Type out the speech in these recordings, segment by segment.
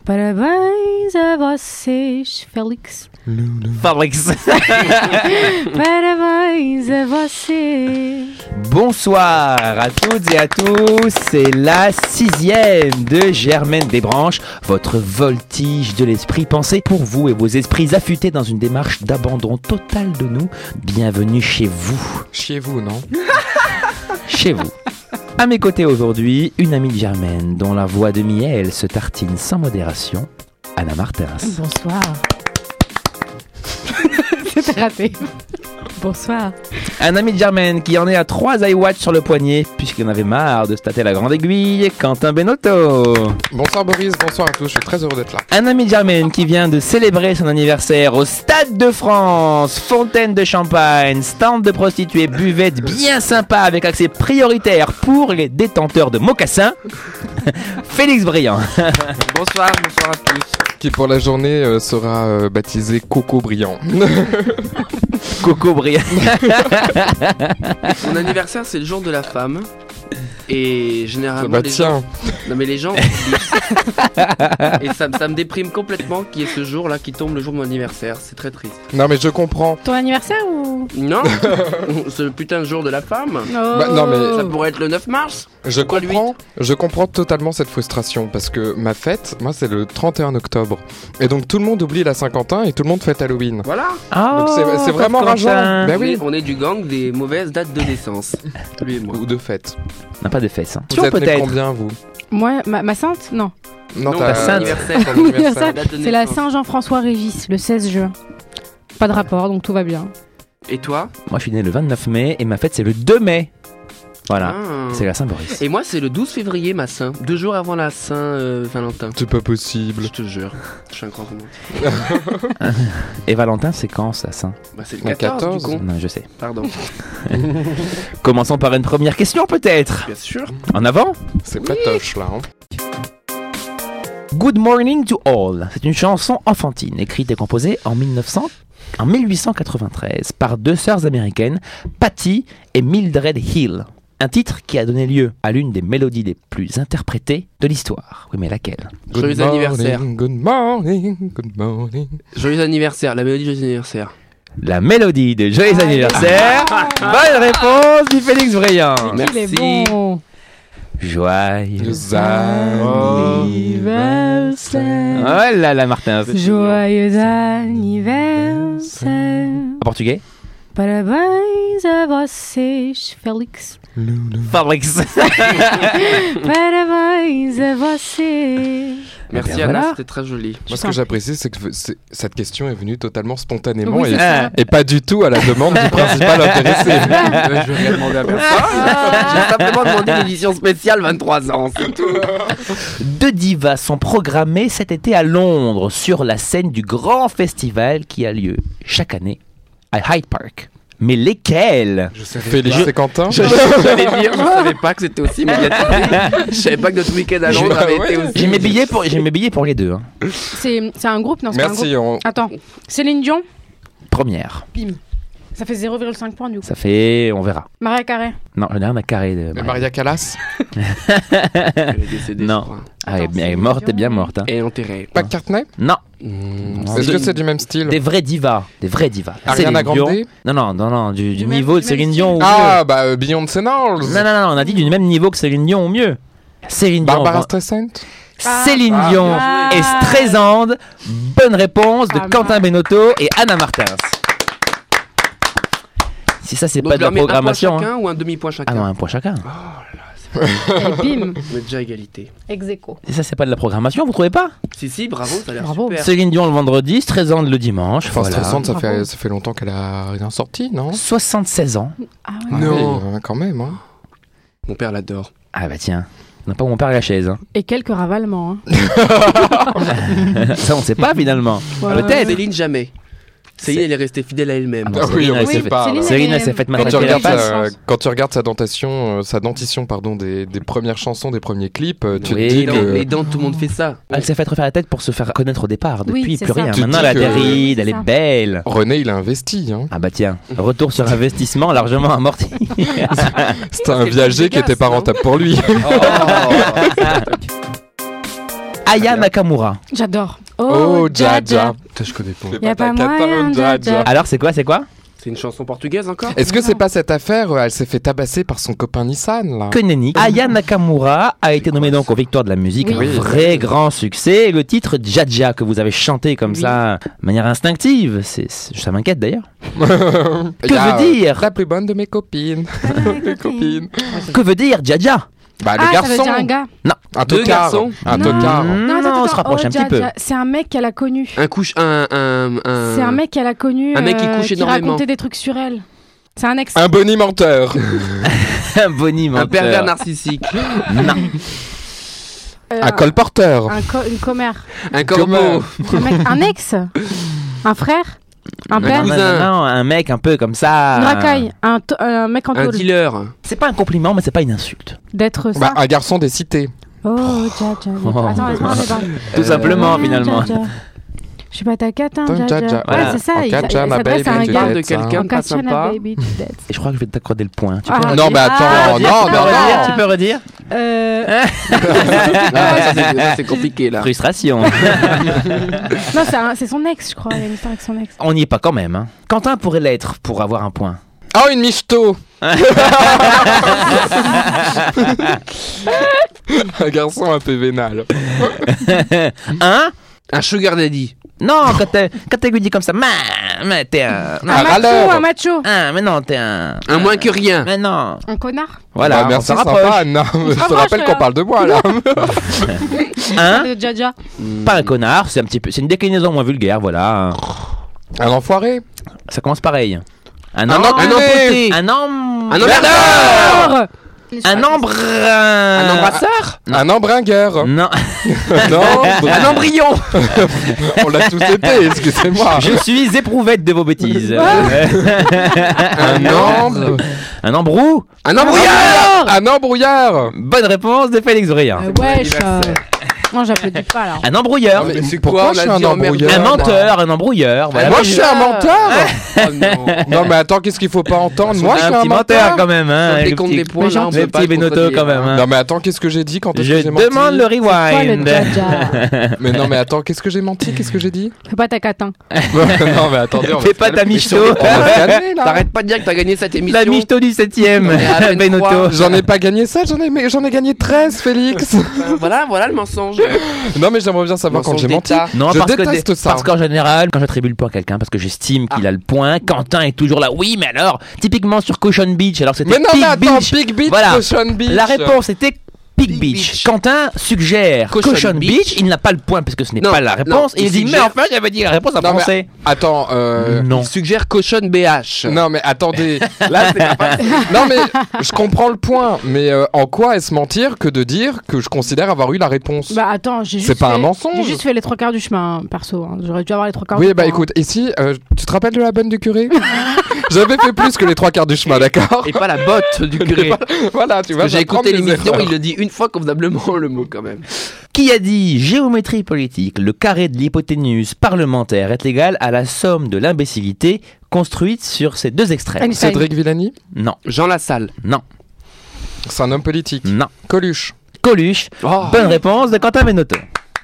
Parabéns a vocês, Félix. Fabrice. Parabéns a vocês. Bonsoir à toutes et à tous, c'est la 6e de Germaine Desbranches, votre voltige de l'esprit pensé pour vous et vos esprits affûtés dans une démarche d'abandon total de nous. Bienvenue chez vous. Chez vous, non? Chez vous. À mes côtés aujourd'hui, une amie de Germaine dont la voix de miel se tartine sans modération, Anna Martins. Bonsoir. C'était raté. Bonsoir. Un ami de Germaine qui en est à 3 iWatch sur le poignet puisqu'il en avait marre de se tâter la grande aiguille, Quentin Benotto. Bonsoir Boris, bonsoir à tous, je suis très heureux d'être là. Un ami de Germaine qui vient de célébrer son anniversaire au Stade de France, fontaine de champagne, stand de prostituées, buvette bien sympa avec accès prioritaire pour les détenteurs de mocassins, Félix Briand. Bonsoir à tous. Qui pour la journée sera baptisé Coco Brillant. Coco Briand. Mon anniversaire, c'est le jour de la femme. Et généralement, Bah les tiens, gens... Non mais les gens... Et ça me déprime complètement qu'il y ait ce jour-là qui tombe le jour de mon anniversaire. C'est très triste. non mais je comprends. Ton anniversaire ou... Non. Ce putain de jour de la femme. Bah, non, mais- Ça pourrait être le 9 mars. Je Pourquoi le comprends totalement cette frustration parce que ma fête, moi c'est le 31 octobre. Et donc tout le monde oublie la Saint-Quentin et tout le monde fête Halloween. Voilà. Donc c'est vraiment rageant. Ben oui. On est du gang des mauvaises dates de naissance. Lui et moi. Ou de fête. On n'a pas de fesses. Hein. Vous êtes né Peut-être. combien vous? Moi, ma sainte? Non. Non, Non, t'as ta sainte. anniversaire. ton anniversaire. Date de C'est la naissance. Saint-Jean-François-Régis, le 16 juin. Pas de rapport, donc tout va bien. Et toi? Moi je suis né le 29 mai et ma fête c'est le 2 mai. Voilà, Ah. c'est la Saint-Boris. Et moi, c'est le 12 février, ma Saint. 2 jours avant la Saint-Valentin. C'est pas possible. Je te jure. Je suis un grand romantique. Et Valentin c'est quand ça, Saint? Bah, c'est le Le 14, 14. du con. Non, je sais. Pardon. Commençons par une première question peut-être. Bien sûr. En avant. C'est patoche là. Hein. Good Morning to All. C'est une chanson enfantine écrite et composée en 1893 par deux sœurs américaines, Patty et Mildred Hill. Un titre qui a donné lieu à l'une des mélodies les plus interprétées de l'histoire. Oui, mais laquelle? Joyeux anniversaire. Good morning, good morning. Joyeux anniversaire. La mélodie joyeux anniversaire. La mélodie de Joyeux anniversaire. Bonne réponse du Félix Briand. Il est Merci. bon. Joyeux Anniversaire. Oh là là, Martin. Joyeux anniversaire. En portugais? Parabéns a vocês, Félix. Fabrice. Parabéns a vocês. Merci bien, Anna, voilà. c'était très joli. Moi, ce que j'apprécie, c'est que cette question est venue totalement spontanément Oui, et, c'est ça. et pas du tout à la demande du principal intéressé. Je vais rien demander à personne. J'ai simplement demandé une édition spéciale 23 ans, c'est tout. Deux divas sont programmées cet été à Londres sur la scène du grand festival qui a lieu chaque année à Hyde Park. Mais lesquelles? Félix et Quentin. J'allais dire, je savais pas que c'était aussi médiatisé. Je savais pas que notre week-end à Londres avait été aussi. J'ai mes billets pour les deux. Hein. C'est un groupe, non? C'est pas un Merci. groupe. Attends. Céline Dion. Première. Bim. Ça fait 0,5 points du coup. Ça fait... on verra. Maria Carré. Non, j'en ai rien à carré de... Et Maria Callas. Elle est décédée, Non. je crois. Ah, elle est morte et bien morte. Hein. Et enterrée. McCartney. Non. Est-ce que c'est du même style? Des vrais divas. Des vrais divas. Ariana Céline Dion. Grande. Non, du Du niveau même- de Céline du Dion ou Ah, bah Beyoncé Knowles. mieux. Non, on a dit du même niveau que Céline Dion ou mieux. Céline Dion. Barbara Streisand. Céline Ah, Dion bien joué. et Streisand. Bonne réponse de Ah, Quentin Benotto et Anna Martins. Si ça, c'est Donc pas je de la leur mets programmation. un point Hein. chacun ou un demi-point chacun? Ah non, un point chacun. Et bim. On est déjà à égalité. Ex aequo. Si ça, c'est pas de la programmation, vous trouvez pas? Si, bravo, ça a l'air Bravo. super. Céline Dion le vendredi, Streisand le dimanche. Enfin, Voilà. Streisand, ça Bravo. fait longtemps qu'elle a rien sorti, non? 76 ans. Ah ouais. Non. Oui, quand même. Hein. Mon père l'adore. Ah bah tiens, on n'a pas mon père à la chaise. Hein. Et quelques ravalements. Hein. Ça, on sait pas finalement. Ouais. Peut-être. Céline, jamais. Céline, elle est restée fidèle à elle-même. Ah non, Ah oui, Céline, on elle sait s'est fait- pas. Céline, Céline, elle s'est fait Quand tu matraquer la regardes, face. quand tu regardes sa dentition des premières chansons, des premiers clips, tu Oui, te dis Les que... dents, tout le monde fait ça. Elle s'est fait refaire la tête pour se faire connaître au départ. Oui, Depuis, c'est plus ça. rien. Tu Maintenant, dis elle a des que- rides, elle C'est est ça. belle. René, il a investi. Hein. Ah bah tiens, retour sur investissement largement amorti. C'était un c'est viager le qui était pas Vegas, rentable pour lui. Aya Nakamura. J'adore. Oh, Jaja. Putain, je connais pas. Y a pas moyen, Jaja. Alors, c'est quoi C'est une chanson portugaise encore? Est-ce que c'est pas cette affaire elle s'est fait tabasser par son copain Nissan là? Que nenni. Aya Nakamura a été nommée donc aux Victoires de la musique, Oui. un vrai grand succès. Et le titre Jaja que vous avez chanté comme ça, de manière instinctive, ça m'inquiète d'ailleurs. Que veut dire La plus bonne de mes copines. Mes copines. Que veut dire Jaja? Bah, le Ah, ça veut garçon. dire un gars. Un Deux tocard. garçons. Un Non. tocard. Non, attends, on se rapproche un petit peu. Jaja. C'est un mec qu'elle a connu. Un couche, C'est un mec qu'elle a connu. Un mec qui couche énormément. racontait des trucs sur elle. C'est un ex. Un bonimenteur. Un boniment. un pervers narcissique. Non. Un colporteur. Une commère. Un corbeau. Un ex. Un frère. Un Non, père. non, cousin. non, un mec un peu comme ça. Une racaille. Un mec en Un tôle. dealer. C'est pas un compliment, mais c'est pas une insulte. D'être ça. Bah, un garçon des cités. Oh, Jaja. Attends, laisse-moi parler. Tout simplement, finalement. Jaja. Je suis pas ta catin, Ton Jaja. Jaja. Ouais, Voilà. c'est ça. En Il catcha, ma s'adresse à un baby, Tu gars. parles de Dead, ça. quelqu'un En pas catcha, sympa. baby, dead. Et je crois que je vais t'accorder le point. Tu Ah, peux Non, mais attends, non, non, non. Tu peux redire Ah, ça, c'est compliqué là. Frustration. Non, c'est son ex, je crois. Il y a une histoire avec son ex. On n'y est pas quand même. Hein. Quentin pourrait l'être pour avoir un point. Oh, une michto. Un garçon un peu vénal. Hein? Un sugar daddy. Non, quand t'es lui dit comme ça, mais t'es un... Un râleur. Un macho. Ah, mais non, t'es un... Un moins que rien. Mais non. Un connard. Voilà, Bah, on merci, se sympa, rapproche. Anna. Je te rapproche, rappelle qu'on là. parle de moi, là. Hein? De Jaja. Pas un connard, c'est un petit peu... C'est une déclinaison moins vulgaire, voilà. Un enfoiré. Ça commence pareil. Un empoté. Un Un emmerdeur. Un Un embrun. Un embrasseur. Un embringueur. Non, Non, Un embryon. on l'a tous été, excusez-moi. je suis éprouvette de vos bêtises. Un ambre. Un embrou. Un embrouillard. Un embrouillard. Bonne réponse de Félix Briand. Wesh. Non, j'applaudis pas là. Un embrouilleur. Non, mais c'est pourquoi quoi, je on suis a un dit embrouilleur Un emmerdeur. menteur, un embrouilleur. Voilà. Moi, je suis un menteur. Oh non. Non, mais attends, qu'est-ce qu'il faut pas entendre? Moi, je suis un un petit menteur menteur. quand même. Hein, Sur le les comptes petit- des points, là, on le peut pas petit le Benotto contredire, quand même. hein. Hein. Non, mais attends, qu'est-ce que j'ai dit? Quand est-ce Je que j'ai menti? demande le Quoi le rewind. Jaja? Mais non, mais attends, qu'est-ce que j'ai menti? Qu'est-ce que j'ai dit? Fais pas ta catin. Non, mais attendez, on va Fais se pas calmer. ta michto. On va se calmer, là. T'arrêtes pas de dire que t'as gagné cette émission. La michto du 7ème. On est à 23. Benotto. J'en ai pas gagné 7, j'en ai gagné 13, Félix. Voilà le mensonge. Non, mais j'aimerais bien savoir quand Mensonge j'ai menti. d'État. Non, Je parce que déteste ça. parce qu'en général, quand j'attribue le point à quelqu'un, parce que j'estime qu'il a le point, Quentin est toujours là. Oui, mais alors, typiquement sur Cochon Beach, alors c'était Mais non, Pig mais attends, Beach. Big Beach, Voilà. Cochon Beach. La réponse était Pig Big Beach. Beach. Quentin suggère Cochon Cochon Beach. Beach. Il n'a pas le point parce que ce n'est Non, pas la réponse. non, Et il il dit, mais suggère- enfin, j'avais dit la réponse en Non, mais- français. Attends, Non. Il suggère cochon BH. non, mais attendez. Là, c'est pas... Non, mais je comprends le point. Mais en quoi est-ce mentir que de dire que je considère avoir eu la réponse? Bah attends, j'ai juste. C'est pas un fait- mensonge. J'ai juste fait les trois quarts du chemin, perso. Hein. J'aurais dû avoir les trois quarts Oui, du bah chemin. écoute, ici, tu te rappelles de la bonne du curé? J'avais fait plus que les trois quarts du chemin, d'accord? Et pas la botte du curé. Voilà, tu vois. Parce que j'ai j'apprends écouté mes l'émission, erreurs. il le dit une fois convenablement le mot quand même. Qui a dit géométrie politique, le carré de l'hypoténuse parlementaire est égal à la somme de l'imbécilité construite sur ces deux extrêmes? Einstein. Cédric Villani? Non, Jean Lassalle. non, C'est un homme politique. non. Coluche. Coluche. Oh. Bonne réponse de Quentin Benotto.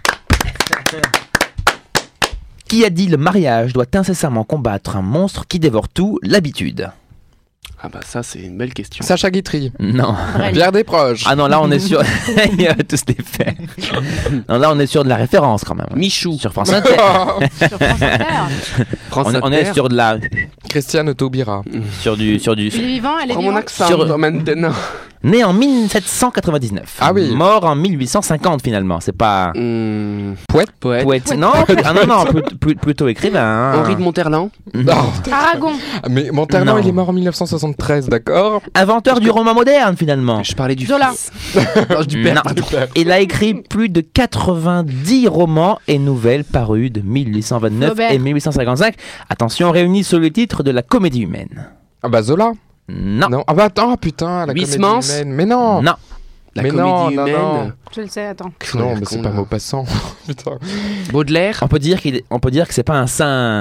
Qui a dit le mariage doit incessamment combattre un monstre qui dévore tout, l'habitude? Ah bah ça c'est une belle question. Sacha Guitry. Non. Pierre Desproges. Ah non, là on est sur... Il va tous les faire. Non, là on est sur de la référence quand même. Michou. Sur France Inter. Sur France Inter. France On est Inter. sur de la... Christiane Taubira. Sur du... Il est vivant, elle est Prends mon vivante. accent Sur- maintenant. Né en 1799. Ah oui. Mort en 1850 finalement. C'est pas... Poète. Poète. Non, non, plutôt écrivain. Hein. Henri de Monterland. Non. Aragon. Mais Monterland, Non. il est mort en 1973, d'accord? Inventeur du roman moderne finalement. Je parlais du Zola. fils. Non, du père. Non. Il a écrit plus de 90 romans et nouvelles parus de 1829 Flaubert. et 1855. Attention, réunis sous le titre de la comédie humaine. Ah bah Zola. Non. Non. Ah bah attends, putain, la Huysmans. comédie humaine. Mais non. Non. La Mais comédie non, non, humaine. non. Je le sais, attends. Non, mais c'est pas Maupassant. Putain. Baudelaire. On peut dire que c'est pas un saint.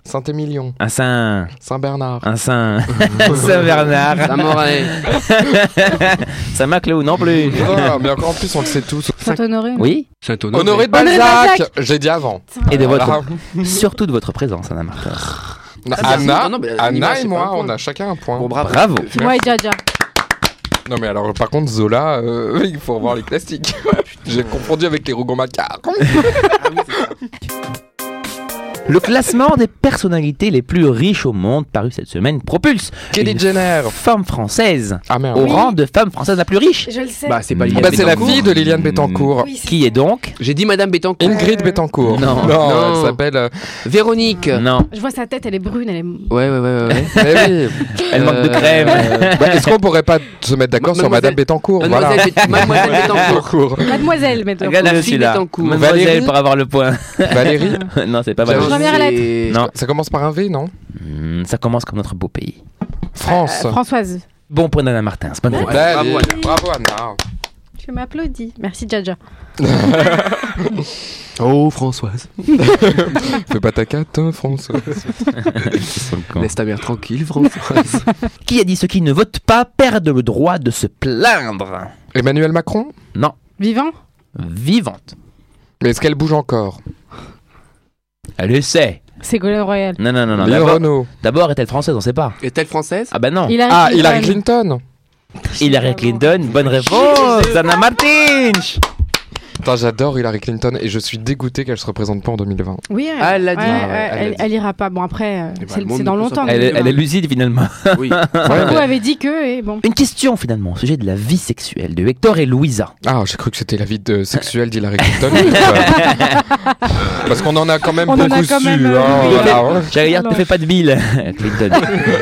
Saint-Émilion. Un Saint. Saint-Bernard. Un Saint. Saint-Bernard. Saint-Morin. Saint-Maclou non plus. Oh, mais encore en plus, on le sait tous. Saint-Honoré. Oui. Saint-Honoré. Honoré de Honoré de Balzac. Balzac. J'ai dit avant. Et de Voilà. surtout de votre présence, Anna Martin. Anna, Non, mais Anna l'image, et c'est moi, pas un point. on a chacun un point. Bon, bravo. Bravo. Moi et Jaja. Non mais alors par contre Zola, il faut revoir les classiques. J'ai confondu avec les Rougon-Macquart. Ah oui, c'est ça. Le classement des personnalités les plus riches au monde paru cette semaine propulse Kylie une Jenner. femme française Ah merde. au rang de femme française la plus riche. Je le sais. Bah, c'est pas Ah Liliane bah c'est la Bettencourt. fille de Liliane Bettencourt. Oui, c'est Qui est donc J'ai dit Madame Bettencourt. Ingrid Bettencourt. Non. Non. Elle s'appelle. Véronique. Non, Je vois sa tête, elle est brune, elle est. Ouais. Eh oui. elle manque de crème. Bah, est-ce qu'on pourrait pas se mettre d'accord sur Madame Mademoiselle- Bettencourt? Voilà. Mademoiselle Bettencourt. Mademoiselle, maintenant. Regarde La le fille celui-là. Bettencourt. Mademoiselle Valérie. pour avoir le point. Valérie. Non, c'est pas J'avoue. Valérie. Première lettre. Non. Ça commence par un V, non? Ça commence comme notre beau pays. France. Françoise. Bon point d'Anna Martin. C'est pas une Ouais. réponse. Belle. Bravo, Anna. Bravo Anna. Tu m'applaudis. Merci, Jaja. Oh, Françoise. Fais pas ta carte, hein, François. Laisse ta mère tranquille, Françoise. Qui a dit ceux qui ne votent pas perdent le droit de se plaindre? Emmanuel Macron? Non, Vivant. vivante. Mais est-ce qu'elle bouge encore? Elle le sait. Ségolène Royal. Non. Léon D'abord, Renaud. d'abord est-elle française? On sait pas. Est-elle française? Ah bah non. Hillary Clinton. Hillary Clinton, bonne réponse. Anna Martin. Putain, j'adore Hillary Clinton et je suis dégoûté qu'elle se représente pas en 2020. Oui, Ah, elle l'a dit. ouais, Ah ouais, ouais, elle l'a dit. elle ira pas. Bon, après, Eh ben, c'est le monde c'est ne dans peut longtemps. s'en Elle est lucide finalement. Oui. Vous avait dit que, et bon. Une question finalement au sujet de la vie sexuelle de Hector et Louisa. Ah, j'ai cru que c'était la vie sexuelle d'Hillary Clinton. Parce qu'on en a quand même On en a beaucoup quand su. même, hein, oui. voilà, hein. J'allais dire, ne Alors. fais pas de bile, Clinton.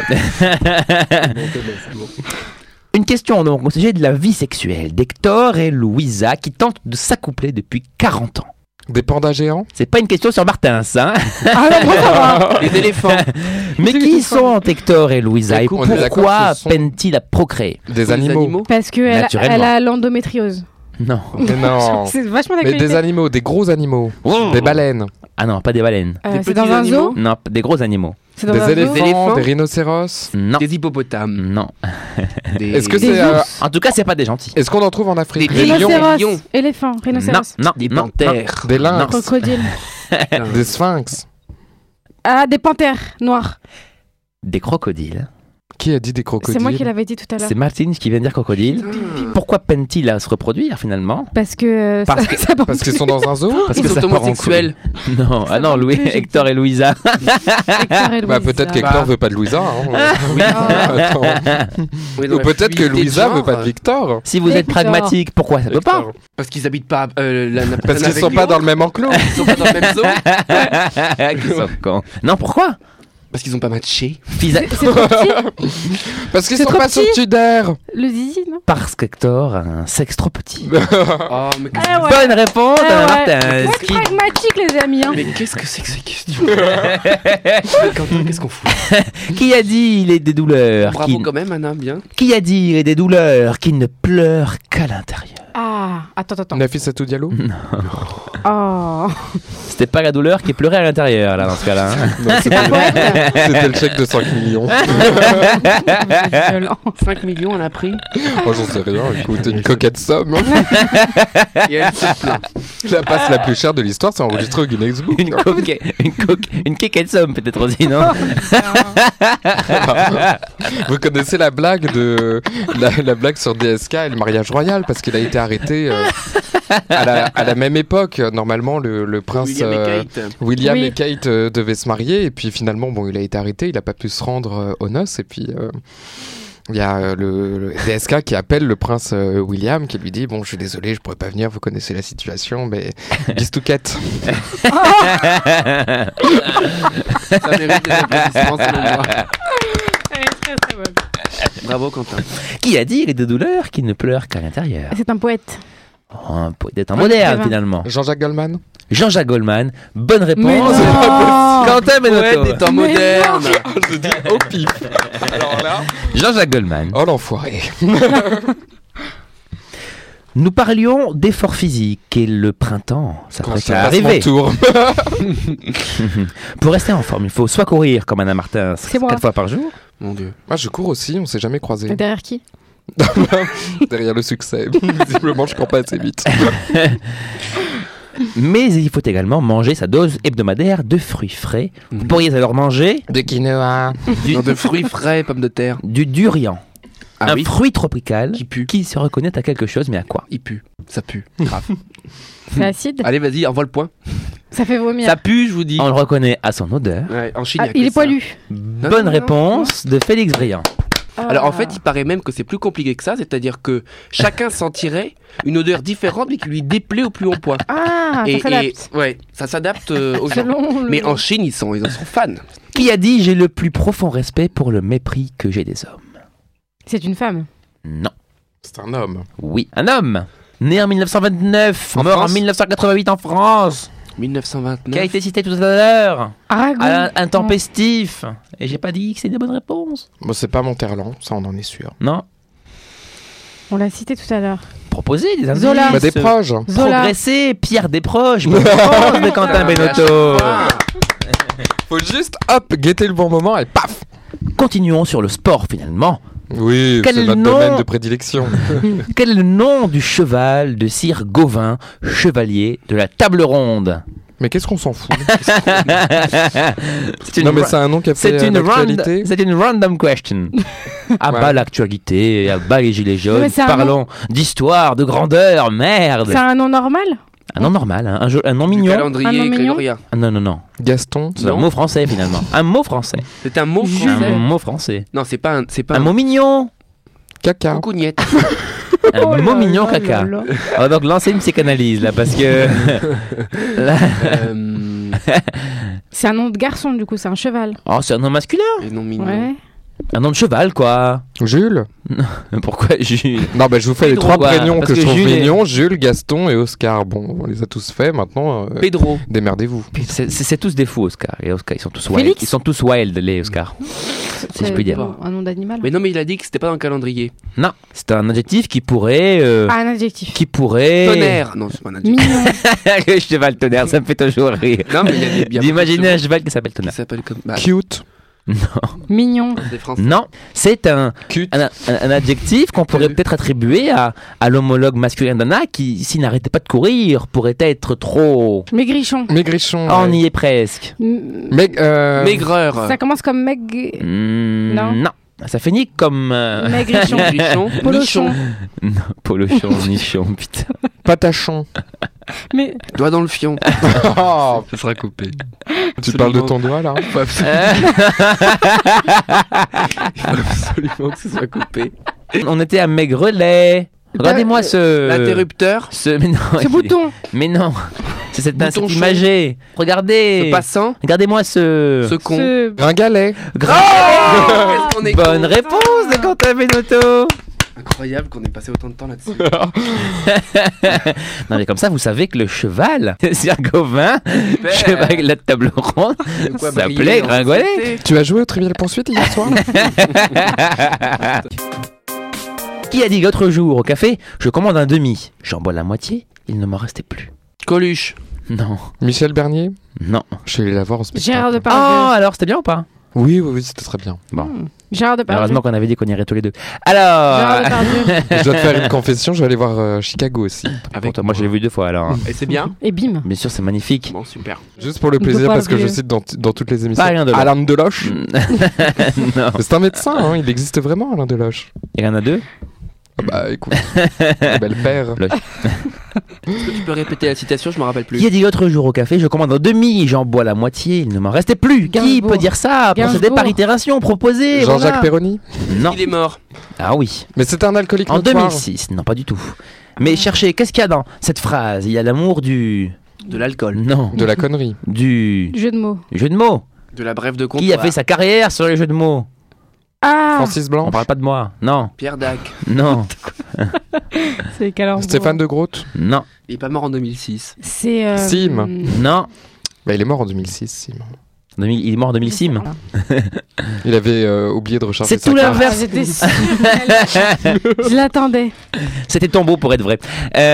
Une question donc au sujet de la vie sexuelle d'Hector et Louisa qui tentent de s'accoupler depuis 40 ans. Des pandas géants. C'est pas une question sur Martins, hein. Ah, non, bon, ça va. Les éléphants. Mais qui sont Hector et Louisa et On est d'accord pourquoi que ce sont- peinent-ils à procréer? Des Les animaux. Parce qu'elle Naturellement. elle a l'endométriose. Non. Mais non. C'est vachement Mais d'actualité. des animaux, des gros animaux. Des baleines. Ah non, pas des baleines. Euh, Des c'est petits dans un animaux zoo. Non, des gros animaux. C'est dans Des un zoo. éléphants, éléphants. des rhinocéros. Non. Des hippopotames. Non. Des... Est-ce que Des c'est. ours. En tout cas, c'est pas des gentils. Est-ce qu'on en trouve en Afrique? Des Des lions, Rhinocéros. lions. Éléphant. Rhinocéros. Non, Des non, panthères. des lynx, Crocodile. des sphinx. Ah, des panthères noires. Des crocodiles. Qui a dit des crocodiles? C'est moi qui l'avais dit tout à l'heure. C'est Martine qui vient de dire crocodile. Pourquoi peinent-ils à se reproduire finalement? Parce que. Parce ça- ça Parce qu'ils sont dans un zoo? Parce Ils que sont ça part en homosexuels. couille. Non, ah non, part Louis, plus, j'ai Hector et Louisa. Hector et Bah Louisa. peut-être qu'Hector Bah. veut pas de Louisa. Hein. Ah. Attends. Oui, dans Ou la peut-être que fluidité de Louisa genre. veut pas de Victor. Si vous êtes Hector. pragmatique, pourquoi ça peut pas? Hector. Parce qu'ils habitent pas. La Parce personne qu'ils avec sont pas Lyon. dans le même enclos. Ils sont pas dans le même zoo. Qu'ils sont cons. Non, pourquoi? Parce qu'ils ont pas matché. Fisa- C'est trop petit. Parce qu'ils C'est sont trop pas petit. sortudaires. Le zizi, non? Parce qu'Hector a un sexe trop petit. Oh, mais Ah ouais. Bonne réponse, Ah Anna ouais. Martin. Faut être pragmatique, les amis. Hein. Mais qu'est-ce que c'est que ces questions Quentin, qu'est-ce qu'on fout? Qui a dit il est des douleurs Bravo quand même, Anna, bien. Qui a dit il est des douleurs qui ne pleurent qu'à l'intérieur? Ah, attends. Nafissatou Diallo? Oh. C'était pas la douleur qui pleurait à l'intérieur, là, dans ce cas-là. hein. Non, c'était le chèque de 5 millions. Violent. 5 millions, on a pris. Oh, j'en sais rien. Écoute, une coquette somme. Et elle se plaint. La passe la plus chère de l'histoire, c'est enregistré au Guinness Book. Une quéquette somme, peut-être aussi, non? Vous connaissez la blague de la blague sur DSK et le mariage royal parce qu'il a été arrêté à la même époque. Normalement, le prince William et Kate. William Oui. et Kate devaient se marier et puis finalement, bon, il a été arrêté, il n'a pas pu se rendre aux noces et puis. Il y a le DSK qui appelle le prince William qui lui dit bon je suis désolé je pourrais pas venir vous connaissez la situation mais bistouquette. Ça mérite des applaudissements, selon moi. Elle est très très bonne. Bravo, Quentin. Qui a dit il est des douleurs qui ne pleurent qu'à l'intérieur? C'est un poète. Oh, un poète en moderne, écrivain. finalement. Jean-Jacques Goldman. Jean-Jacques Goldman, bonne Mais réponse. non. Quentin Benotto. Ouais, des temps Mais modernes. Je dis au pif. Alors là. Jean-Jacques Goldman. Oh l'enfoiré. Nous parlions d'efforts physiques et le printemps, ça Quand va ça passe arriver. mon tour. Pour rester en forme, il faut soit courir comme Anna Martin C'est moi. 4 fois par jour. Mon Dieu. Moi, je cours aussi, on s'est jamais croisés. Derrière qui? Derrière le succès. Visiblement, je cours pas assez vite. Mais il faut également manger sa dose hebdomadaire de fruits frais. Vous pourriez alors manger De quinoa. Non, de fruits frais, pommes de terre. du durian. Ah un oui. fruit tropical Qui pue. qui se reconnaît à quelque chose, mais à quoi? Il pue. Ça pue. Grave. C'est acide. Allez, vas-y, envoie le point. Ça fait vomir. Ça pue, je vous dis. On le reconnaît à son odeur. Ouais, en Chine, Ah, y a que il est ça. poilu. Bonne non, réponse de Félix Briand. Alors en Ah. fait, il paraît même que c'est plus compliqué que ça, c'est-à-dire que chacun sentirait une odeur différente mais qui lui déplaît au plus haut point. Ah, ça s'adapte. ouais, ça s'adapte aux gens. Selon le- Mais en Chine, ils en sont fans. Qui a dit j'ai le plus profond respect pour le mépris que j'ai des hommes? C'est une femme. Non. C'est un homme. Oui, un homme. Né en 1929, En mort France en 1988 en France, 1929. qui a été cité tout à l'heure, Aragon. intempestif. Et j'ai pas dit que c'est des bonnes réponses. Bon, c'est pas Monterland, ça on en est sûr. Non. On l'a cité tout à l'heure. Proposer des indices. Zola. Bah, des proches. Zola. Progresser, Pierre Desproges, bonne réponse de Quentin Benotto. Faut juste, hop, guetter le bon moment et paf. Continuons sur le sport finalement. Oui, Quel c'est notre nom domaine de prédilection. Quel est le nom du cheval de Sir Gauvin, chevalier de la table ronde? Mais qu'est-ce qu'on s'en fout? C'est une Non, mais ra- c'est un nom qui a fait c'est une, l'actualité. c'est une random question. À bas Ouais. l'actualité, à bas les gilets Non, jaunes. mais c'est un Parlons d'histoire, de grandeur, merde. C'est un nom normal? Un nom normal, hein, un nom Du mignon. Un nom calendrier mignon. grégorien. Ah, non, non, non. Gaston. C'est un Non. mot français finalement. Un mot français. C'est un mot Jules. Un français. mot français. Non, c'est pas Un mot mignon. Caca. Coucougnette. Un Oh mot là mignon là caca. là là. On va donc lancer une psychanalyse là parce que. Là- C'est un nom de garçon, du coup, c'est un cheval. Oh, c'est un nom masculin. Et non mignon. Ouais. Un nom de cheval quoi. Jules. Pourquoi Jules? Non, bah je vous fais les Pedro, trois quoi, prénoms parce que je que trouve Jules est- mignons. Jules, Gaston et Oscar. Bon, on les a tous faits. Maintenant, Pedro. démerdez-vous. C'est tous des fous, Oscar. Les Oscar, ils sont tous wild. Félix Ils sont tous wild, les Oscar. Si je puis dire. Un nom d'animal. Mais non, mais il a dit que c'était pas dans le calendrier. Non, c'est un adjectif qui pourrait. Ah, un adjectif. Qui pourrait. Tonnerre. Non, c'est pas un adjectif. Mignon. Le cheval tonnerre, ça me fait toujours rire. Non, mais il y a des bien D'imaginer un beaucoup de cheval qui s'appelle chevaux qui tonnerre. s'appelle comme. Bah, Cute. Mignon. c'est français. Non, c'est un Cute. un adjectif qu'on pourrait vu. peut-être attribuer à l'homologue masculin d'Anna qui, s'il n'arrêtait pas de courir, pourrait être trop. Maigrichon. Maigrichon. Ah, on ouais. y est presque. Maigreur. Ça commence comme Meg. Non. Ça finit comme. Maigrichon. Maigrichon. Polochon. Nichon. Non, polochon, nichon, putain. Patachon. Mais Doigt dans le fion. Oh, Ça sera coupé. tu parles de ton doigt là? Il faut absolument que ce soit coupé. On était à Maigrelet. Regardez-moi ce. L'interrupteur. Mais non. ce bouton. Mais non. C'est cette Bouton chaud. imagé. Regardez. Ce passant. Regardez-moi ce. Ce con. Ce... Gringalet. Qu'est-ce qu'on est Bonne con. réponse de Quentin Benotto. Incroyable qu'on ait passé autant de temps là-dessus. Non mais comme ça vous savez que le cheval, Sir Gauvin, cheval avec la table ronde, De quoi s'appelait briller en Gringolet. société. Tu as joué au Trivial Poursuite hier soir? Qui a dit l'autre jour au café, je commande un demi, j'en bois la moitié, il ne m'en restait plus. Coluche. Non, Michel Bernier. non. Je vais aller la voir au spectacle. Gérard Oh Depardieu. alors c'était bien ou pas? Oui, c'était très bien. Bon, Gérard Depardieu. heureusement qu'on avait dit qu'on irait tous les deux. Gérard Alors, Depardieu. Je dois te faire une confession, je vais aller voir Chicago aussi. Pourtant, moi je l'ai vu 2 fois alors. Et c'est bien. Et bim. Bien sûr c'est magnifique. Bon, super. Juste pour le On plaisir, peut pas parce que je oublier. cite dans toutes les émissions. Pas Alain Deloche. Alain Deloche. Non, Mais c'est un médecin, hein, il existe vraiment, Alain Deloche. il y en a 2. Ah bah écoute, belle père. Est-ce que tu peux répéter la citation? Je me rappelle plus. Qui a dit l'autre jour au café, je commande un demi, j'en bois la moitié, il ne m'en restait plus. Qui Gainsbourg. peut dire ça? Procédé Gainsbourg. par itération, proposé. Jean-Jacques voilà. Perroni. Non. Il est mort. Ah oui. Mais c'est un alcoolique En notoire. 2006, non pas du tout. Mais cherchez, qu'est-ce qu'il y a dans cette phrase? Il y a l'amour du... De l'alcool. Non. De la connerie. Du Jeu de mots. jeu de mots. De la brève de comptoir. Qui a fait sa carrière sur les jeux de mots? Ah, Francis Blanc. On parle pas de moi. Non. Pierre Dac. Non. c'est Calembour. Stéphane de Groot. Non. Il est pas mort en 2006. C'est. Sim. Non. Bah il est mort en 2006, Sim. Il est mort en 2006. Il avait oublié de recharger C'est sa tout carte. l'inverse. J'étais sûre. Je l'attendais. C'était ton beau pour être vrai.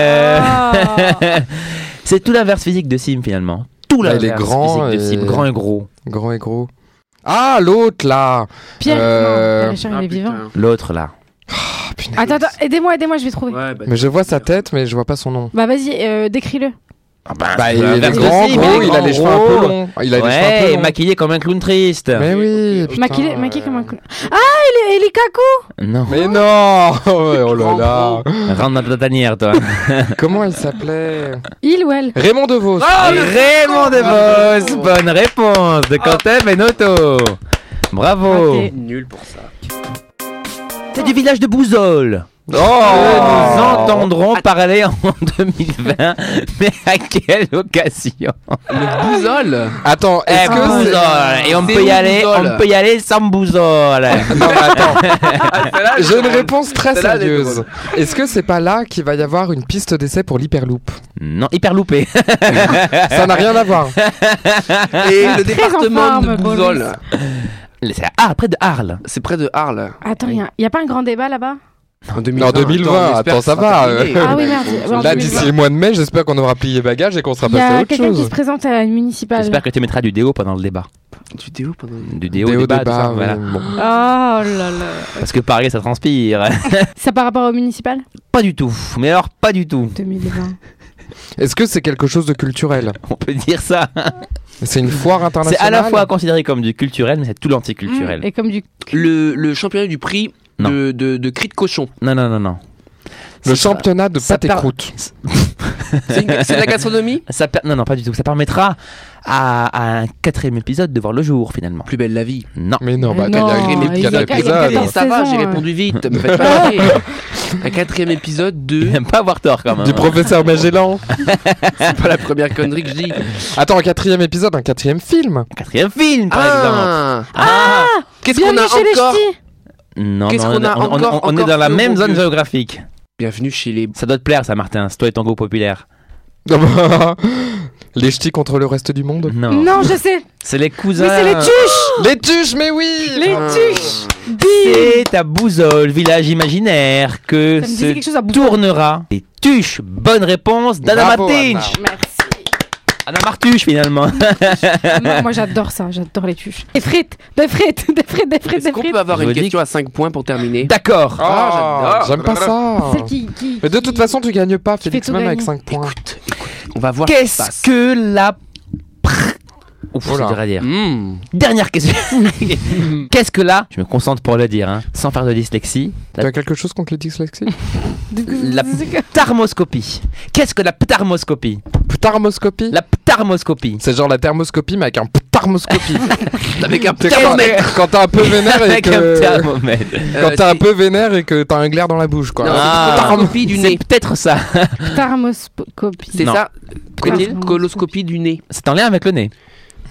Oh. C'est tout l'inverse physique de Sim finalement. Tout Là, l'inverse il est grand physique de Sim, et- grand et gros. Grand et gros. Ah, l'autre là. Pierre, Euh, non, Richard, il est vivant. L'autre là. Ah, punaise. Attends, aidez-moi, je vais trouver. Ouais, bah, Mais je vois sa tête, mais je vois pas son nom. Bah vas-y, décris-le. Bah, il est l'inverse de grand, Sim, gros, est il a les cheveux un peu longs. Il a les cheveux un peu Ouais, longs. maquillé comme un clown triste. Mais oui, putain. Maquillé comme un clown. Ah, il est caco. Non. Mais non. Oh là là. Rentre dans ta tanière, toi. Comment il s'appelait? Il ou elle? Raymond DeVos. Raymond DeVos. Bonne réponse de Quentin Benotto. Bravo. Raté. nul pour ça. C'est du village de Bouzol. Oh. Nous entendrons parler en 2020, mais à quelle occasion? Le bousole. Attends, est-ce que c'est... Bouzol. Et on C'est peut y où, aller, Bouzol on peut y aller sans Bouzol. Non, mais attends. J'ai une réponse très Celle-là, elle est sérieuse. drôle. Est-ce que c'est pas là qu'il va y avoir une piste d'essai pour l'hyperloop? Non, hyper loupé. Ça n'a rien à voir. Et le Très département en de forme, Bouzol. C'est près de Arles. C'est près de Arles. Attends, il y a pas un grand débat là-bas? En 2020, attends, ça va. Ah oui, merde. Ouais, en Là, 2020. d'ici le mois de mai, j'espère qu'on aura plié bagages et qu'on sera Il y passé à a autre quelqu'un qui se chose. présente à une municipale. J'espère que tu mettras du déo pendant le débat. Tu t'es où pendant Du déo, Déo débat, tout ça, débat, voilà. oui, bon. Oh là là. Parce que Paris, ça transpire. Ça par rapport au municipal? Pas du tout. Mais alors, pas du tout. 2020. Est-ce que c'est quelque chose de culturel? On peut dire ça. C'est une foire C'est internationale? à la fois considéré comme du culturel, mais c'est tout l'anticulturel. Et comme du. le championnat du prix Non. de cri de cochon. Non, non, non, non. Le Ça- championnat de ça pâte et par- croûte. C'est de la gastronomie. Non, non, pas du tout. Ça permettra à un 4e épisode de voir le jour, finalement. Plus belle la vie. Non. Mais non, bah Non, attends, il y a il y a il y a qu'à- l'épisode. il y a qu'à- Ça va, saison, j'ai hein. répondu vite. Me faites pas chier. Un 4e épisode de. Il n'aime pas avoir tort, quand même. Du professeur Magellan. C'est pas la première connerie que je dis. Attends, un 4e épisode, un 4e film. 4e film, par exemple. Ah Qu'est-ce qu'on Bienvenue a chez les encore ch'tis. Non, Qu'est-ce non, qu'on a encore- on est encore dans la le même bon zone Dieu. géographique. Bienvenue chez les. Ça doit te plaire, ça, Martin. C'est toi et ton goût populaire. Les ch'tis contre le reste du monde. Non. Non, je sais. C'est les cousins. Mais c'est les tuches. Les tuches, mais oui. Les Ah. tuches. Bim. C'est à Bouzol, village imaginaire, que Ça me disait quelque chose à se Bouzol. tournera les tuches. Bonne réponse d'Anna Bravo, Martinch. Anna. Merci. Anna Martuche, finalement. Moi j'adore ça, j'adore les tuches. Des frites, des frites, des frites, des frites, Est-ce des qu'on frites. peut avoir Je une vous dis question à 5 points pour terminer? D'accord. Ah, j'aime pas ça. Celle qui. Mais de toute façon, tu gagnes pas, fait Félix, tout même avec gagner. 5 points. Écoute, on va voir ce qui se Qu'est-ce passe. que la... Ouf, Oh là. c'est dur à dire. Mmh. Dernière question. Qu'est-ce que la... Je me concentre pour le dire, hein, sans faire de dyslexie. Tu as quelque chose contre les dyslexiques? La ptarmoscopie. Qu'est-ce que la ptarmoscopie? Ptarmoscopie? La ptarmoscopie. C'est genre la thermoscopie, mais avec un ptarmoscopie. Avec un C'est quand thermomètre. quand t'es un peu vénère et Avec un que... thermomètre. Quand t'es un peu vénère et que t'as un glaire dans la bouche, quoi. Non, Ah, c'est coloscopie du c'est nez. peut-être ça. Thermoscopie. C'est Non. ça? Est-il Coloscopie du nez. C'est en lien avec le nez.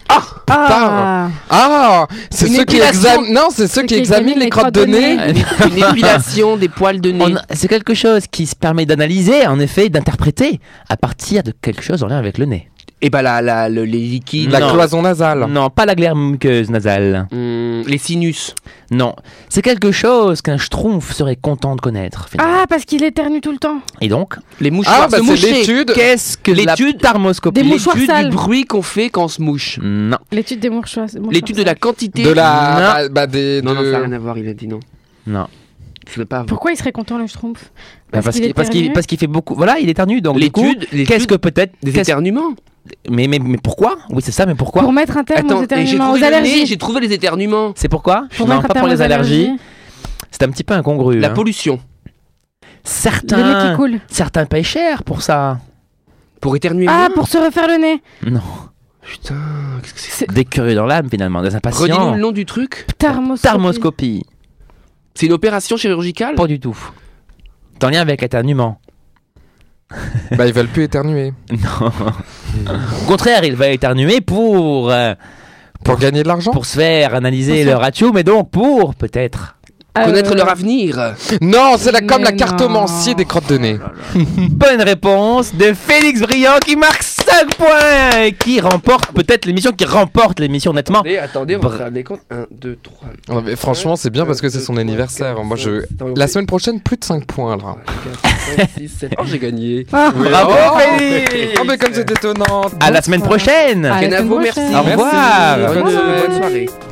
Ah. Ah, c'est Une ceux qui épilation. examinent. Non, c'est ceux qui examinent les crottes de nez. Une épilation des poils de nez. C'est quelque chose qui se permet d'analyser, en effet, d'interpréter à partir de quelque chose en lien avec le nez. Et bah les liquides. La Non. cloison nasale. Non, pas la glaire muqueuse nasale. Les sinus. Non, c'est quelque chose qu'un schtroumpf serait content de connaître. finalement. Ah, parce qu'il éternue tout le temps. Et donc, Les mouchoirs. Ah, bah se c'est moucher. l'étude. qu'est-ce que la L'étude ptarmoscopie? des mouchoirs L'étude sales. du bruit qu'on fait quand on se mouche. Non, L'étude des mouchoirs. L'étude de la quantité. De la. des. Non, non, de- ça n'a rien à voir, il a dit non. non. Je veux pas. Pourquoi il serait content le schtroumpf? Parce qu'il fait beaucoup. Voilà, il éternue. Donc, du coup, L'étude qu'est-ce que peut-être. des qu'est-ce- éternuements. mais pourquoi? Oui, c'est ça, mais pourquoi? Pour mettre un terme aux Attends, et j'ai éternuements, trouvé aux le nez, allergies. j'ai trouvé les éternuements. C'est pourquoi? Pour Non, mettre un pas terme pour les aux allergies. C'est un petit peu incongru. La hein. pollution. Le nez qui Certains. coule. Certains payent cher pour ça. Pour éternuer. Ah, moins. pour se refaire le nez. Non. Putain, qu'est-ce que c'est? C'est Des curieux dans l'âme, finalement, des impatients. Redis-nous le nom du truc. Thermoscopie. C'est une opération chirurgicale. Pas du tout. C'est en lien avec l'éternuement. Bah, ils veulent plus éternuer. Non. Au contraire, il va éternuer pour Pour gagner de l'argent? se faire analyser Pour leur ratio, mais donc pour peut-être Connaître leur avenir. Non, c'est comme Mais la cartomancier non. des crottes de nez. bonne réponse de Félix Briand qui marque 5 5 points. Qui remporte peut-être l'émission, qui remporte l'émission nettement. Attendez, on va faire des comptes. 1, 2, 3. Non, mais franchement, c'est bien parce que c'est son anniversaire. Moi, la semaine prochaine, plus de 5 points là. 4, 5, 6, 7. Oh, j'ai gagné. Bravo, Félix. Oh, mais comme c'est étonnant. À la semaine prochaine. À la semaine Kenavo, prochaine. merci. Au revoir. Merci. Bonne soirée.